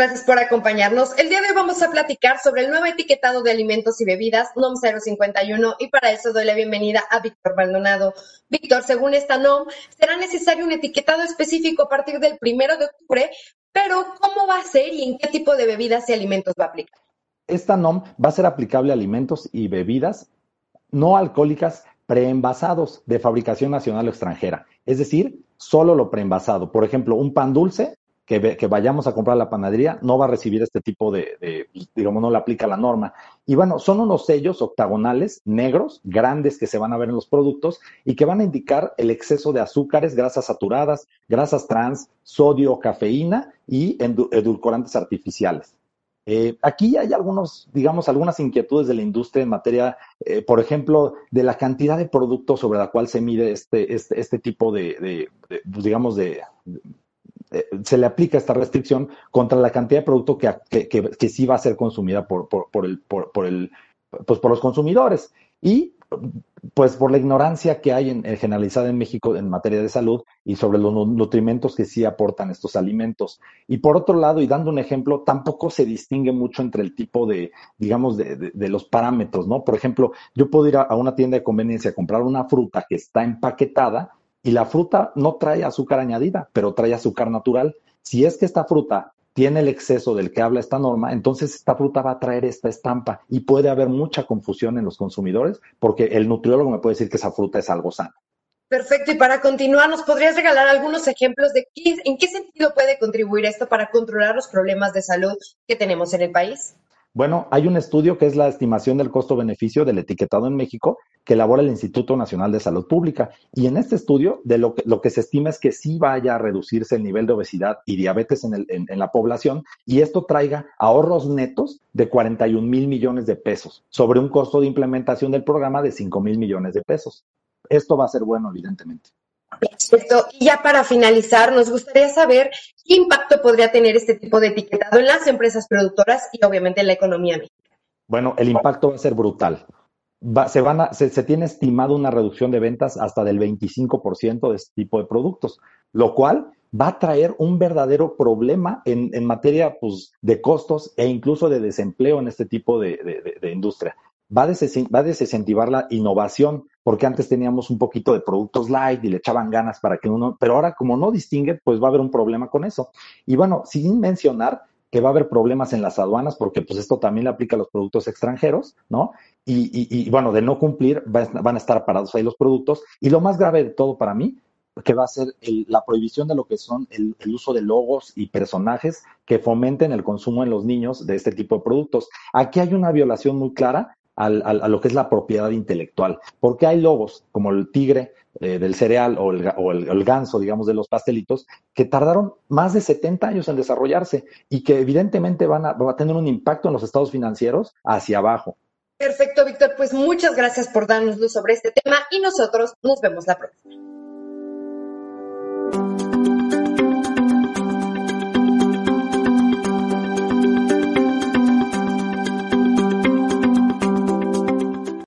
gracias por acompañarnos. El día de hoy vamos a platicar sobre el nuevo etiquetado de alimentos y bebidas, NOM 051, y para eso doy la bienvenida a Víctor Maldonado. Víctor, según esta NOM, será necesario un etiquetado específico a partir del 1 de octubre, pero ¿cómo va a ser y en qué tipo de bebidas y alimentos va a aplicar? Esta NOM va a ser aplicable a alimentos y bebidas no alcohólicas preenvasados de fabricación nacional o extranjera. Es decir, solo lo preenvasado. Por ejemplo, un pan dulce que vayamos a comprar a la panadería no va a recibir este tipo digamos, no le aplica la norma. Y bueno, son unos sellos octagonales negros, grandes, que se van a ver en los productos y que van a indicar el exceso de azúcares, grasas saturadas, grasas trans, sodio, cafeína y edulcorantes artificiales. Aquí hay algunas inquietudes de la industria en materia, por ejemplo, de la cantidad de productos sobre la cual se mide este tipo se le aplica esta restricción contra la cantidad de producto que sí va a ser consumida por los consumidores. Y pues por la ignorancia que hay generalizada en México en materia de salud y sobre los nutrimentos que sí aportan estos alimentos. Y por otro lado, y dando un ejemplo, tampoco se distingue mucho entre el tipo de los parámetros, ¿no? Por ejemplo, yo puedo ir a una tienda de conveniencia a comprar una fruta que está empaquetada y la fruta no trae azúcar añadida, pero trae azúcar natural. Si es que esta fruta tiene el exceso del que habla esta norma, entonces esta fruta va a traer esta estampa y puede haber mucha confusión en los consumidores porque el nutriólogo me puede decir que esa fruta es algo sano. Perfecto, y para continuar, ¿nos podrías regalar algunos ejemplos de en qué sentido puede contribuir esto para controlar los problemas de salud que tenemos en el país? Bueno, hay un estudio que es la estimación del costo-beneficio del etiquetado en México que elabora el Instituto Nacional de Salud Pública. Y en este estudio, lo que se estima es que sí vaya a reducirse el nivel de obesidad y diabetes en la población y esto traiga ahorros netos de 41 mil millones de pesos sobre un costo de implementación del programa de 5 mil millones de pesos. Esto va a ser bueno, evidentemente. Perfecto. Y ya para finalizar, nos gustaría saber qué impacto podría tener este tipo de etiquetado en las empresas productoras y obviamente en la economía mexicana. Bueno, el impacto va a ser brutal. Se tiene estimado una reducción de ventas hasta del 25% de este tipo de productos, lo cual va a traer un verdadero problema en materia pues, de costos e incluso de desempleo en este tipo de industria. Va a desincentivar la innovación, porque antes teníamos un poquito de productos light y le echaban ganas para que uno, pero ahora como no distingue, pues va a haber un problema con eso. Y bueno, sin mencionar que va a haber problemas en las aduanas, porque pues esto también le aplica a los productos extranjeros, ¿no? Y bueno, de no cumplir, van a estar parados ahí los productos. Y lo más grave de todo para mí, que va a ser la prohibición de lo que son el uso de logos y personajes que fomenten el consumo en los niños de este tipo de productos. Aquí hay una violación muy clara a lo que es la propiedad intelectual, porque hay logos como el tigre del cereal o el ganso, digamos, de los pastelitos, que tardaron más de 70 años en desarrollarse y que evidentemente va a tener un impacto en los estados financieros hacia abajo. Perfecto, Víctor. Pues muchas gracias por darnos luz sobre este tema y nosotros nos vemos la próxima.